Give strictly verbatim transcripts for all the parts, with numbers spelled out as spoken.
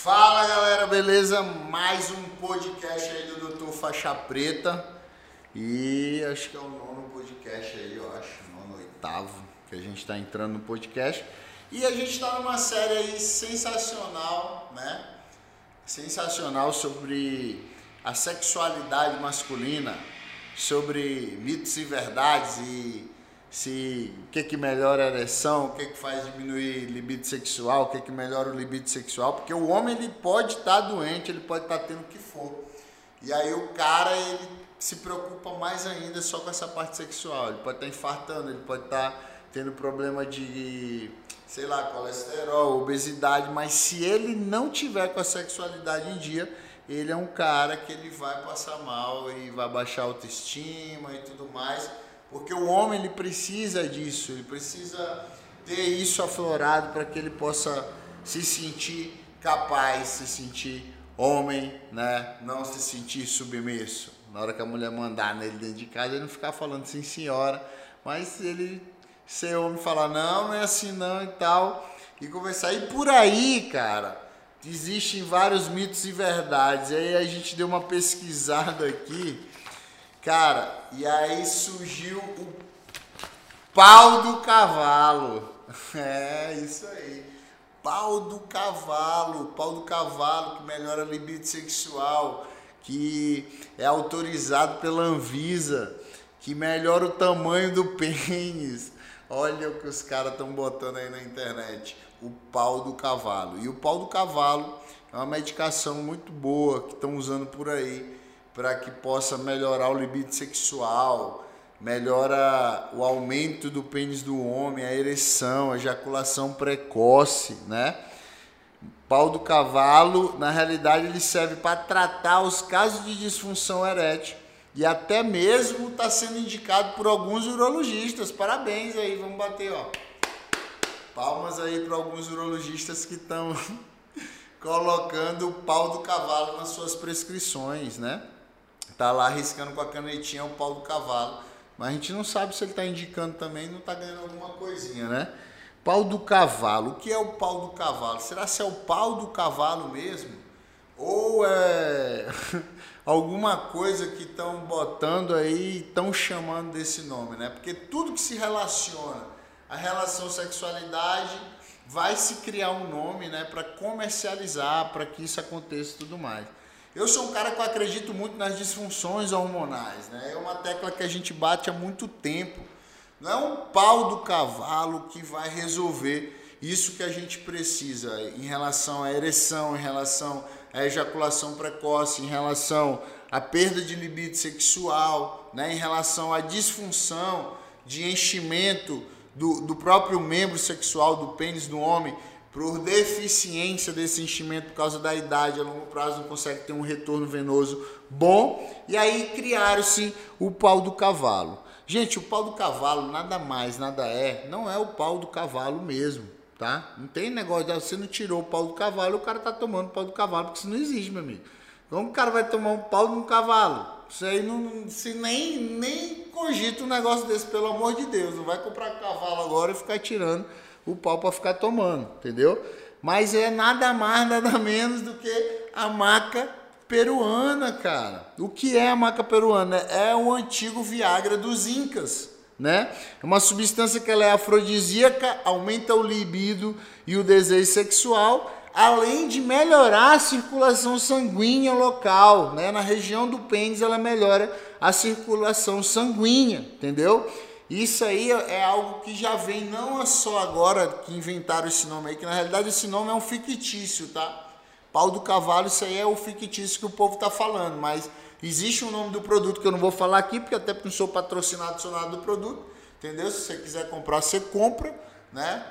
Fala galera, beleza? Mais um podcast aí do doutor Faixa Preta. E acho que é o nono podcast aí, eu acho, nono, oitavo, que a gente tá entrando no podcast. E a gente tá numa série aí sensacional, né? Sensacional sobre a sexualidade masculina, sobre mitos e verdades e se o que que melhora a ereção, o que que faz diminuir libido sexual, o que que melhora o libido sexual, porque o homem ele pode estar doente, ele pode estar tendo o que for. E aí o cara ele se preocupa mais ainda só com essa parte sexual, ele pode estar infartando, ele pode estar tendo problema de, sei lá, colesterol, obesidade, mas se ele não tiver com a sexualidade em dia, ele é um cara que ele vai passar mal e vai baixar a autoestima e tudo mais. Porque o homem ele precisa disso, ele precisa ter isso aflorado para que ele possa se sentir capaz, se sentir homem, né? Não se sentir submisso. Na hora que a mulher mandar nele dentro de casa, ele não ficar falando sim senhora, mas ele ser homem falar não, não é assim não e tal, e conversar. E por aí, cara, existem vários mitos e verdades. E aí a gente deu uma pesquisada aqui. Cara, e aí surgiu o pau do cavalo. É, isso aí. Pau do cavalo. Pau do cavalo que melhora a libido sexual, que é autorizado pela Anvisa, que melhora o tamanho do pênis. Olha o que os caras estão botando aí na internet. O pau do cavalo. E o pau do cavalo é uma medicação muito boa que estão usando por aí, para que possa melhorar o libido sexual, melhora o aumento do pênis do homem, a ereção, a ejaculação precoce, né? Pau do cavalo, na realidade, ele serve para tratar os casos de disfunção erétil e até mesmo está sendo indicado por alguns urologistas. Parabéns aí, vamos bater, ó. Palmas aí para alguns urologistas que estão colocando o pau do cavalo nas suas prescrições, né? Tá lá riscando com a canetinha o pau do cavalo, mas a gente não sabe se ele tá indicando também, não tá ganhando alguma coisinha, né? Pau do cavalo, o que é o pau do cavalo? Será se é o pau do cavalo mesmo? Ou é alguma coisa que estão botando aí e estão chamando desse nome, né? Porque tudo que se relaciona à relação sexualidade vai se criar um nome, né, para comercializar, para que isso aconteça e tudo mais. Eu sou um cara que eu acredito muito nas disfunções hormonais, né? É uma tecla que a gente bate há muito tempo. Não é um pau do cavalo que vai resolver isso que a gente precisa em relação à ereção, em relação à ejaculação precoce, em relação à perda de libido sexual, né? Em relação à disfunção de enchimento do, do próprio membro sexual, do pênis do homem, por deficiência desse enchimento por causa da idade, a longo prazo não consegue ter um retorno venoso bom, e aí criaram-se o pau do cavalo. Gente, o pau do cavalo nada mais, nada é, não é o pau do cavalo mesmo, tá? Não tem negócio de você não tirou o pau do cavalo, o cara tá tomando o pau do cavalo, porque isso não existe, meu amigo. Como o cara vai tomar um pau de um cavalo? Isso aí não, se nem, nem cogita um negócio desse, pelo amor de Deus, não vai comprar cavalo agora e ficar tirando o pau para ficar tomando, entendeu? Mas é nada mais, nada menos do que a maca peruana, cara. O que é a maca peruana? É o antigo Viagra dos Incas, né? É uma substância que ela é afrodisíaca, aumenta o libido e o desejo sexual, além de melhorar a circulação sanguínea local, né? Na região do pênis ela melhora a circulação sanguínea, entendeu? Isso aí é algo que já vem, não é só agora que inventaram esse nome aí, que na realidade esse nome é um fictício, tá? Pau do cavalo, isso aí é o fictício que o povo tá falando, mas existe um nome do produto que eu não vou falar aqui, porque até não sou patrocinado, sou nada do produto, entendeu? Se você quiser comprar, você compra, né?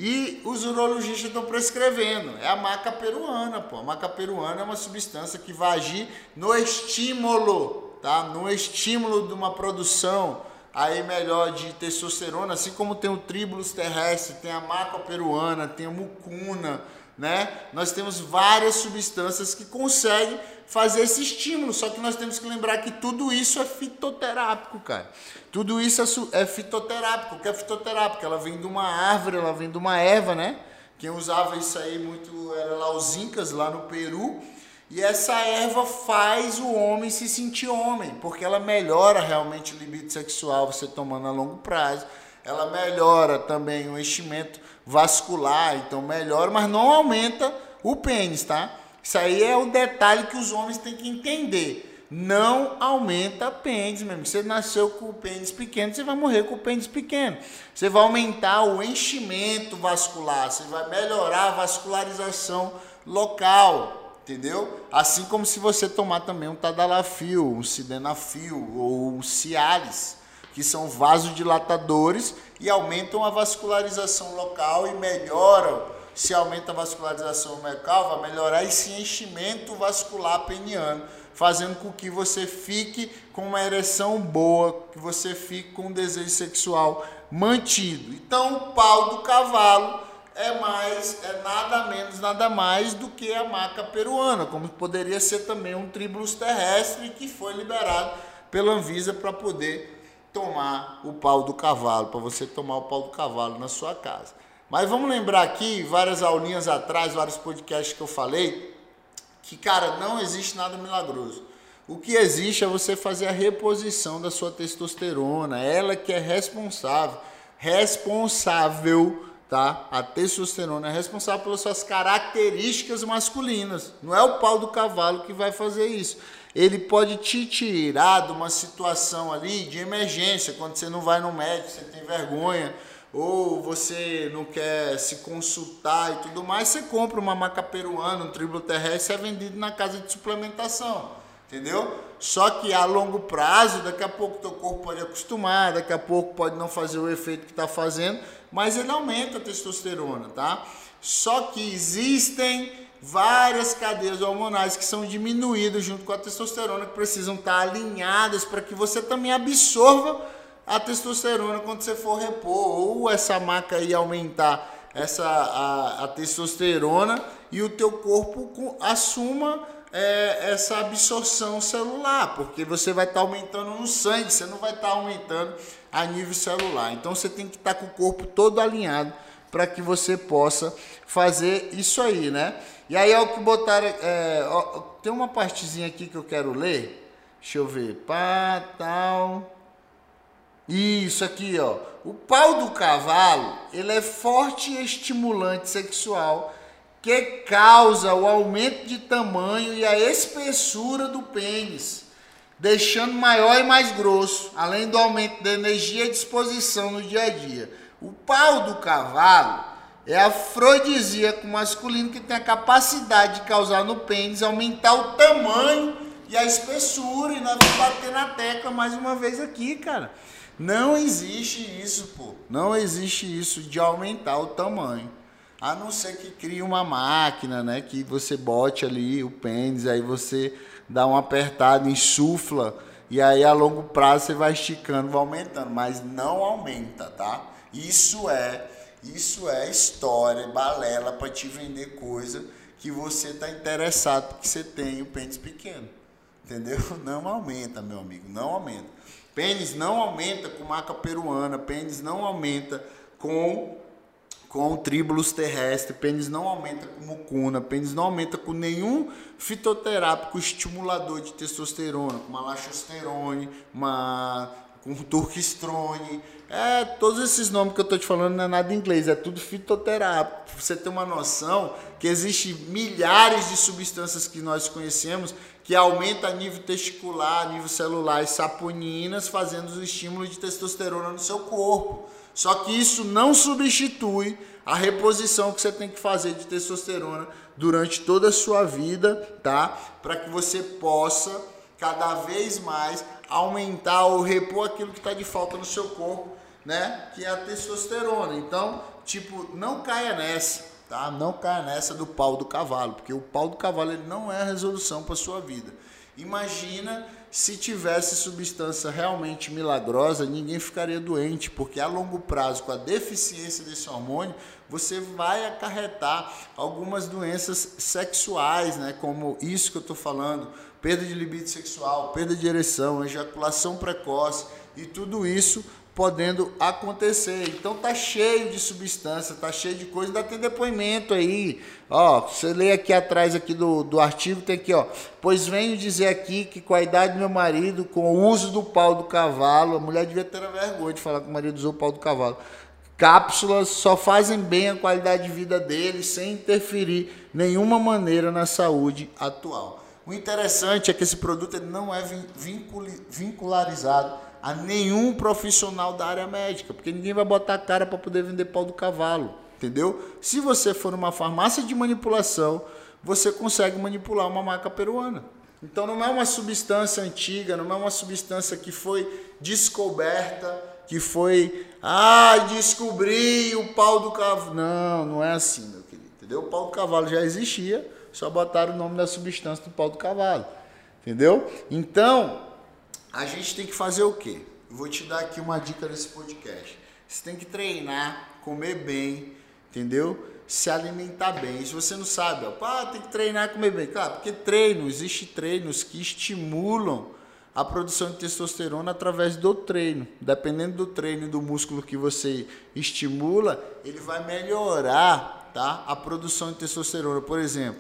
E os urologistas estão prescrevendo, é a maca peruana, pô. A maca peruana é uma substância que vai agir no estímulo, tá? No estímulo de uma produção aí melhor de testosterona, assim como tem o tríbulos terrestre, tem a maca peruana, tem a mucuna, né? Nós temos várias substâncias que conseguem fazer esse estímulo, só que nós temos que lembrar que tudo isso é fitoterápico, cara. Tudo isso é, é fitoterápico. O que é fitoterápico? Ela vem de uma árvore, ela vem de uma erva, né? Quem usava isso aí muito era lá os incas, lá no Peru. E essa erva faz o homem se sentir homem, porque ela melhora realmente o libido sexual, você tomando a longo prazo. Ela melhora também o enchimento vascular, então melhora, mas não aumenta o pênis, tá? Isso aí é o detalhe que os homens têm que entender. Não aumenta pênis mesmo. Você nasceu com o pênis pequeno, você vai morrer com o pênis pequeno. Você vai aumentar o enchimento vascular, você vai melhorar a vascularização local. Entendeu? Assim como se você tomar também um tadalafil, um sildenafil ou um Cialis, que são vasodilatadores e aumentam a vascularização local e melhoram. Se aumenta a vascularização local, vai melhorar esse enchimento vascular peniano, fazendo com que você fique com uma ereção boa, que você fique com um desejo sexual mantido. Então, o pau do cavalo é mais, é nada menos, nada mais do que a maca peruana, como poderia ser também um tribulus terrestre que foi liberado pela Anvisa para poder tomar o pau do cavalo, para você tomar o pau do cavalo na sua casa. Mas vamos lembrar aqui, várias aulinhas atrás, vários podcasts que eu falei, que, cara, não existe nada milagroso. O que existe é você fazer a reposição da sua testosterona, ela que é responsável, responsável, tá? A testosterona é responsável pelas suas características masculinas. Não é o pau do cavalo que vai fazer isso. Ele pode te tirar de uma situação ali de emergência, quando você não vai no médico, você tem vergonha, ou você não quer se consultar e tudo mais, você compra uma maca peruana, um tribulus terrestre, é vendido na casa de suplementação, entendeu? Só que a longo prazo, daqui a pouco teu corpo pode acostumar, daqui a pouco pode não fazer o efeito que está fazendo, mas ele aumenta a testosterona, tá? Só que existem várias cadeias hormonais que são diminuídas junto com a testosterona, que precisam estar alinhadas para que você também absorva a testosterona quando você for repor, ou essa maca aí aumentar essa, a, a testosterona e o teu corpo assuma é, essa absorção celular, porque você vai estar aumentando no sangue, você não vai estar aumentando a nível celular. Então você tem que estar com o corpo todo alinhado para que você possa fazer isso aí, né? E aí é o que botaram, é, ó, tem uma partezinha aqui que eu quero ler, deixa eu ver, pá, tal... Isso aqui, ó. O pau do cavalo, ele é forte e estimulante sexual que causa o aumento de tamanho e a espessura do pênis, deixando maior e mais grosso, além do aumento da energia e disposição no dia a dia. O pau do cavalo é afrodisíaco masculino que tem a capacidade de causar no pênis, aumentar o tamanho e a espessura, e nós vamos bater na tecla mais uma vez aqui, cara. Não existe isso, pô. Não existe isso de aumentar o tamanho. A não ser que crie uma máquina, né? Que você bote ali o pênis, aí você dá uma apertada, insufla, e aí a longo prazo você vai esticando, vai aumentando. Mas não aumenta, tá? Isso é, isso é história, balela para te vender coisa que você tá interessado porque você tem o pênis pequeno. Entendeu? Não aumenta, meu amigo, não aumenta. Pênis não aumenta com maca peruana, pênis não aumenta com, com tribulus terrestre, pênis não aumenta com mucuna, pênis não aumenta com nenhum fitoterápico estimulador de testosterona, com uma lachosterone, uma, com turquistrone. É, todos esses nomes que eu estou te falando não é nada em inglês, é tudo fitoterápico. Pra você ter uma noção que existem milhares de substâncias que nós conhecemos que aumentam a nível testicular, a nível celular e saponinas, fazendo o estímulo de testosterona no seu corpo. Só que isso não substitui a reposição que você tem que fazer de testosterona durante toda a sua vida, tá? Para que você possa cada vez mais aumentar ou repor aquilo que está de falta no seu corpo, né? Que é a testosterona. Então, tipo, não caia nessa. Tá? Não caia nessa do pau do cavalo, porque o pau do cavalo ele não é a resolução para a sua vida. Imagina se tivesse substância realmente milagrosa, ninguém ficaria doente, porque a longo prazo, com a deficiência desse hormônio, você vai acarretar algumas doenças sexuais, né? Como isso que eu estou falando, perda de libido sexual, perda de ereção, ejaculação precoce, e tudo isso podendo acontecer. Então tá cheio de substância, tá cheio de coisa, ainda tem depoimento aí. Ó, você lê aqui atrás aqui do, do artigo, tem aqui, ó. Pois venho dizer aqui que com a idade do meu marido, com o uso do pau do cavalo, a mulher devia ter a vergonha de falar que o marido usou o pau do cavalo. Cápsulas só fazem bem a qualidade de vida dele, sem interferir nenhuma maneira na saúde atual. O interessante é que esse produto ele não é vincularizado a nenhum profissional da área médica, porque ninguém vai botar a cara para poder vender pau do cavalo, entendeu? Se você for numa farmácia de manipulação, você consegue manipular uma maca peruana. Então não é uma substância antiga, não é uma substância que foi descoberta, que foi, ah, descobri o pau do cavalo. Não, não é assim, meu querido, entendeu? O pau do cavalo já existia, só botaram o nome da substância do pau do cavalo, entendeu? Então, a gente tem que fazer o quê? Eu vou te dar aqui uma dica nesse podcast. Você tem que treinar, comer bem, entendeu? Se alimentar bem. E se você não sabe, ó, ah, tem que treinar, comer bem. Claro, porque treino, existem treinos que estimulam a produção de testosterona através do treino. Dependendo do treino e do músculo que você estimula, ele vai melhorar, tá, a produção de testosterona. Por exemplo,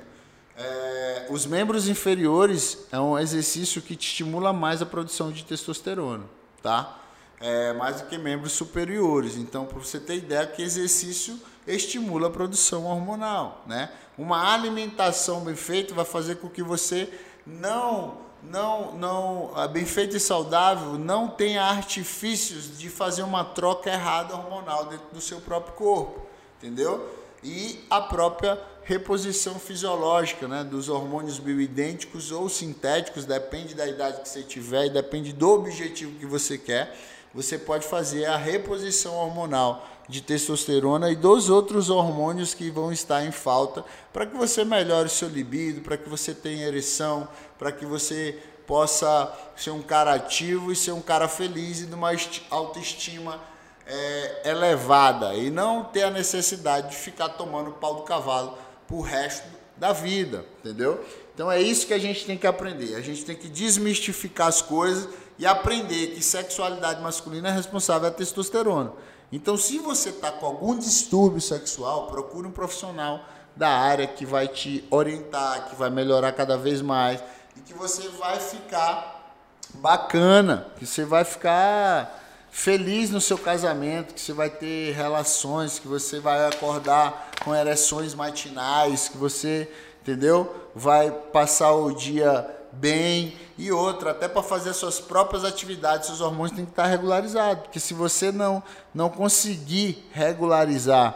É, os membros inferiores é um exercício que te estimula mais a produção de testosterona, tá? É, mais do que membros superiores. Então, para você ter ideia que exercício estimula a produção hormonal, né? Uma alimentação bem feita vai fazer com que você não, não, não, bem feita e saudável, não tenha artifícios de fazer uma troca errada hormonal dentro do seu próprio corpo, entendeu? E a própria reposição fisiológica, né, dos hormônios bioidênticos ou sintéticos, depende da idade que você tiver e depende do objetivo que você quer, você pode fazer a reposição hormonal de testosterona e dos outros hormônios que vão estar em falta para que você melhore o seu libido, para que você tenha ereção, para que você possa ser um cara ativo e ser um cara feliz e de uma autoestima é, elevada e não ter a necessidade de ficar tomando pau do cavalo pro resto da vida, entendeu? Então é isso que a gente tem que aprender. A gente tem que desmistificar as coisas e aprender que sexualidade masculina é responsável pela testosterona. Então, se você está com algum distúrbio sexual, procure um profissional da área que vai te orientar, que vai melhorar cada vez mais e que você vai ficar bacana, que você vai ficar feliz no seu casamento, que você vai ter relações, que você vai acordar com ereções matinais, que você, entendeu? Vai passar o dia bem e outra, até para fazer as suas próprias atividades, seus hormônios têm que estar regularizados, porque se você não, não conseguir regularizar,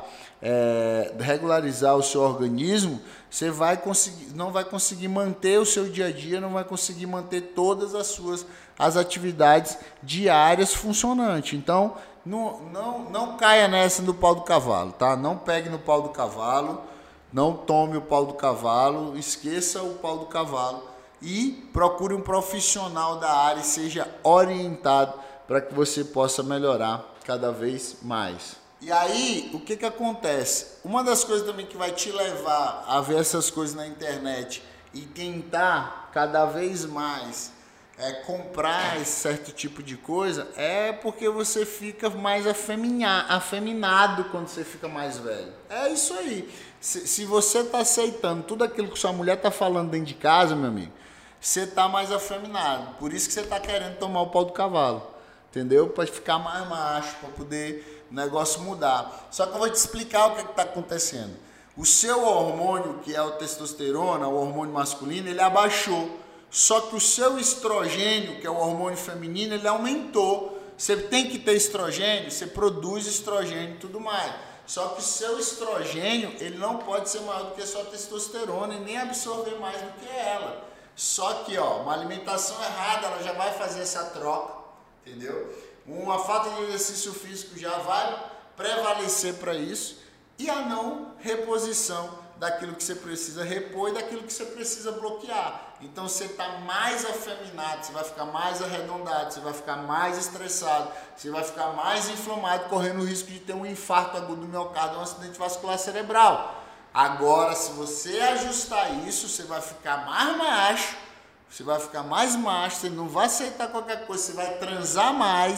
é, regularizar o seu organismo, você vai conseguir, não vai conseguir manter o seu dia a dia, não vai conseguir manter todas as suas as atividades diárias funcionantes. Então, não, não, não caia nessa do pau do cavalo, tá? Não pegue no pau do cavalo, não tome o pau do cavalo, esqueça o pau do cavalo e procure um profissional da área e seja orientado para que você possa melhorar cada vez mais. E aí, o que que acontece? Uma das coisas também que vai te levar a ver essas coisas na internet e tentar cada vez mais é, comprar esse certo tipo de coisa é porque você fica mais afemina, afeminado quando você fica mais velho. É isso aí. Se, se você está aceitando tudo aquilo que sua mulher está falando dentro de casa, meu amigo, você está mais afeminado. Por isso que você está querendo tomar o pau do cavalo. Entendeu? Para ficar mais macho, para poder o negócio mudar. Só que eu vou te explicar o que está acontecendo. O seu hormônio, que é o testosterona, o hormônio masculino, ele abaixou. Só que o seu estrogênio, que é o hormônio feminino, ele aumentou. Você tem que ter estrogênio, você produz estrogênio e tudo mais. Só que o seu estrogênio, ele não pode ser maior do que a sua testosterona e nem absorver mais do que ela. Só que, ó, uma alimentação errada, ela já vai fazer essa troca, entendeu? Uma falta de exercício físico já vai prevalecer para isso e a não reposição daquilo que você precisa repor e daquilo que você precisa bloquear. Então você está mais afeminado, você vai ficar mais arredondado, você vai ficar mais estressado, você vai ficar mais inflamado, correndo o risco de ter um infarto agudo do miocárdio ou um acidente vascular cerebral. Agora, se você ajustar isso, você vai ficar mais macho, você vai ficar mais macho, você não vai aceitar qualquer coisa, você vai transar mais,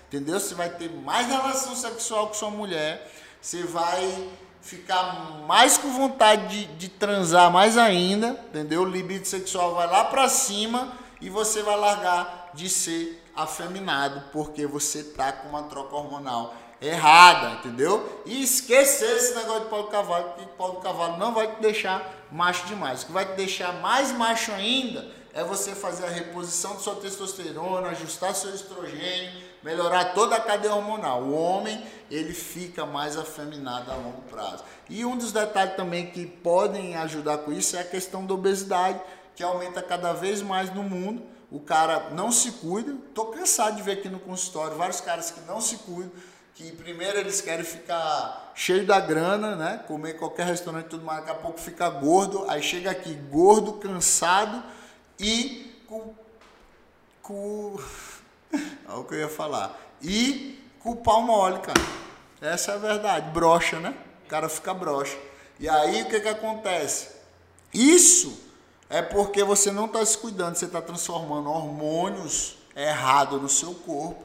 entendeu? Você vai ter mais relação sexual com sua mulher, você vai ficar mais com vontade de, de transar mais ainda, entendeu? O libido sexual vai lá pra cima e você vai largar de ser afeminado, porque você tá com uma troca hormonal errada, entendeu? E esquecer esse negócio de pau do cavalo, que pau do cavalo não vai te deixar macho demais. O que vai te deixar mais macho ainda é você fazer a reposição de sua testosterona, ajustar seu estrogênio, melhorar toda a cadeia hormonal. O homem, ele fica mais afeminado a longo prazo. E um dos detalhes também que podem ajudar com isso é a questão da obesidade, que aumenta cada vez mais no mundo. O cara não se cuida. Tô cansado de ver aqui no consultório vários caras que não se cuidam, que primeiro eles querem ficar cheio da grana, né? Comer em qualquer restaurante e tudo mais, daqui a pouco fica gordo, aí chega aqui gordo, cansado e com... com... olha o que eu ia falar. E com o pau mole, cara. Essa é a verdade. Broxa, né? O cara fica broxa. E aí o que que acontece? Isso é porque você não está se cuidando, você está transformando hormônios errados no seu corpo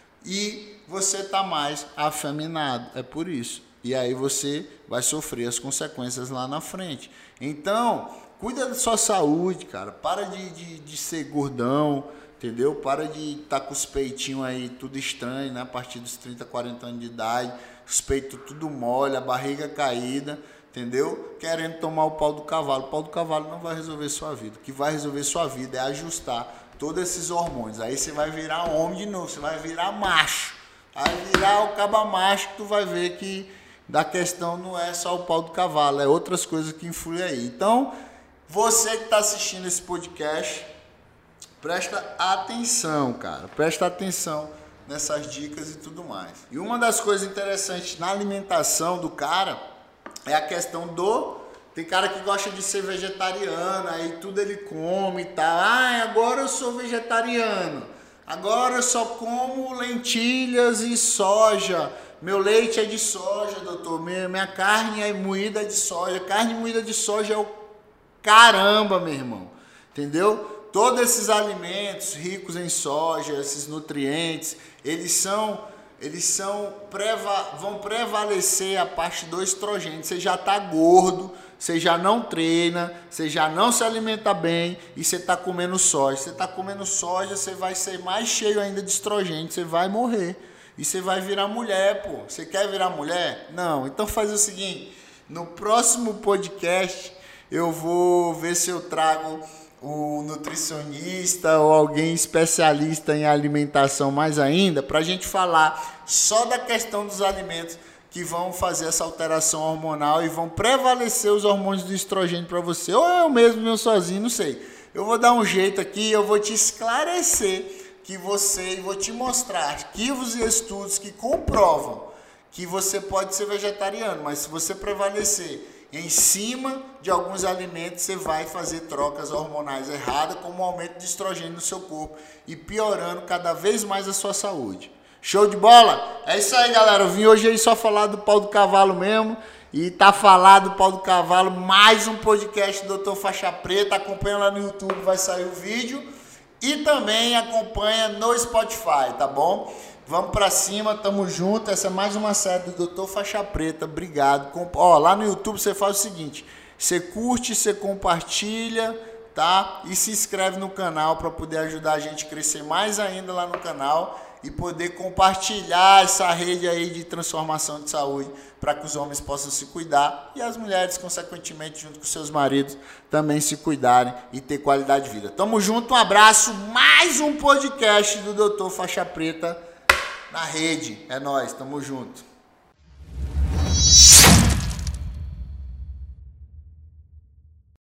e você está mais afeminado. É por isso. E aí você vai sofrer as consequências lá na frente. Então, cuida da sua saúde, cara. Para de, de, de ser gordão, entendeu? Para de estar tá com os peitinhos aí tudo estranho, né? A partir dos trinta, quarenta anos de idade, os peitos tudo mole, a barriga caída, entendeu? Querendo tomar o pau do cavalo. O pau do cavalo não vai resolver sua vida. O que vai resolver sua vida é ajustar todos esses hormônios. Aí você vai virar homem de novo, você vai virar macho. Vai virar o caba macho, que tu vai ver que da questão não é só o pau do cavalo, é outras coisas que influem aí. Então, você que está assistindo esse podcast, presta atenção, cara. Presta atenção nessas dicas e tudo mais. E uma das coisas interessantes na alimentação do cara é a questão do... Tem cara que gosta de ser vegetariano, aí tudo ele come e tal. Ah, agora eu sou vegetariano. Agora eu só como lentilhas e soja. Meu leite é de soja, doutor. Minha, minha carne é moída de soja. Carne moída de soja é o caramba, meu irmão. Entendeu? Todos esses alimentos ricos em soja, esses nutrientes, eles são, eles são preva, vão prevalecer a parte do estrogênio. Você já está gordo, você já não treina, você já não se alimenta bem e você está comendo soja. Você está comendo soja, você vai ser mais cheio ainda de estrogênio, você vai morrer. E você vai virar mulher, pô. Você quer virar mulher? Não. Então faz o seguinte, no próximo podcast eu vou ver se eu trago um nutricionista ou alguém especialista em alimentação mais ainda, para a gente falar só da questão dos alimentos que vão fazer essa alteração hormonal e vão prevalecer os hormônios do estrogênio para você. Ou eu mesmo, meu sozinho, não sei. Eu vou dar um jeito aqui, eu vou te esclarecer que você, e vou te mostrar arquivos e estudos que comprovam que você pode ser vegetariano, mas se você prevalecer em cima de alguns alimentos, você vai fazer trocas hormonais erradas, como um aumento de estrogênio no seu corpo e piorando cada vez mais a sua saúde. Show de bola? É isso aí, galera. Eu vim hoje aí só falar do pau do cavalo mesmo. E tá falado do pau do cavalo, mais um podcast do doutor Faixa Preta. Acompanha lá no YouTube, vai sair o vídeo. E também acompanha no Spotify, tá bom? Vamos pra cima, tamo junto. Essa é mais uma série do doutor Faixa Preta. Obrigado. Ó, lá no YouTube você faz o seguinte: você curte, você compartilha, tá? E se inscreve no canal para poder ajudar a gente a crescer mais ainda lá no canal e poder compartilhar essa rede aí de transformação de saúde para que os homens possam se cuidar e as mulheres, consequentemente, junto com seus maridos, também se cuidarem e ter qualidade de vida. Tamo junto, um abraço, mais um podcast do doutor Faixa Preta na rede. É nóis, tamo junto.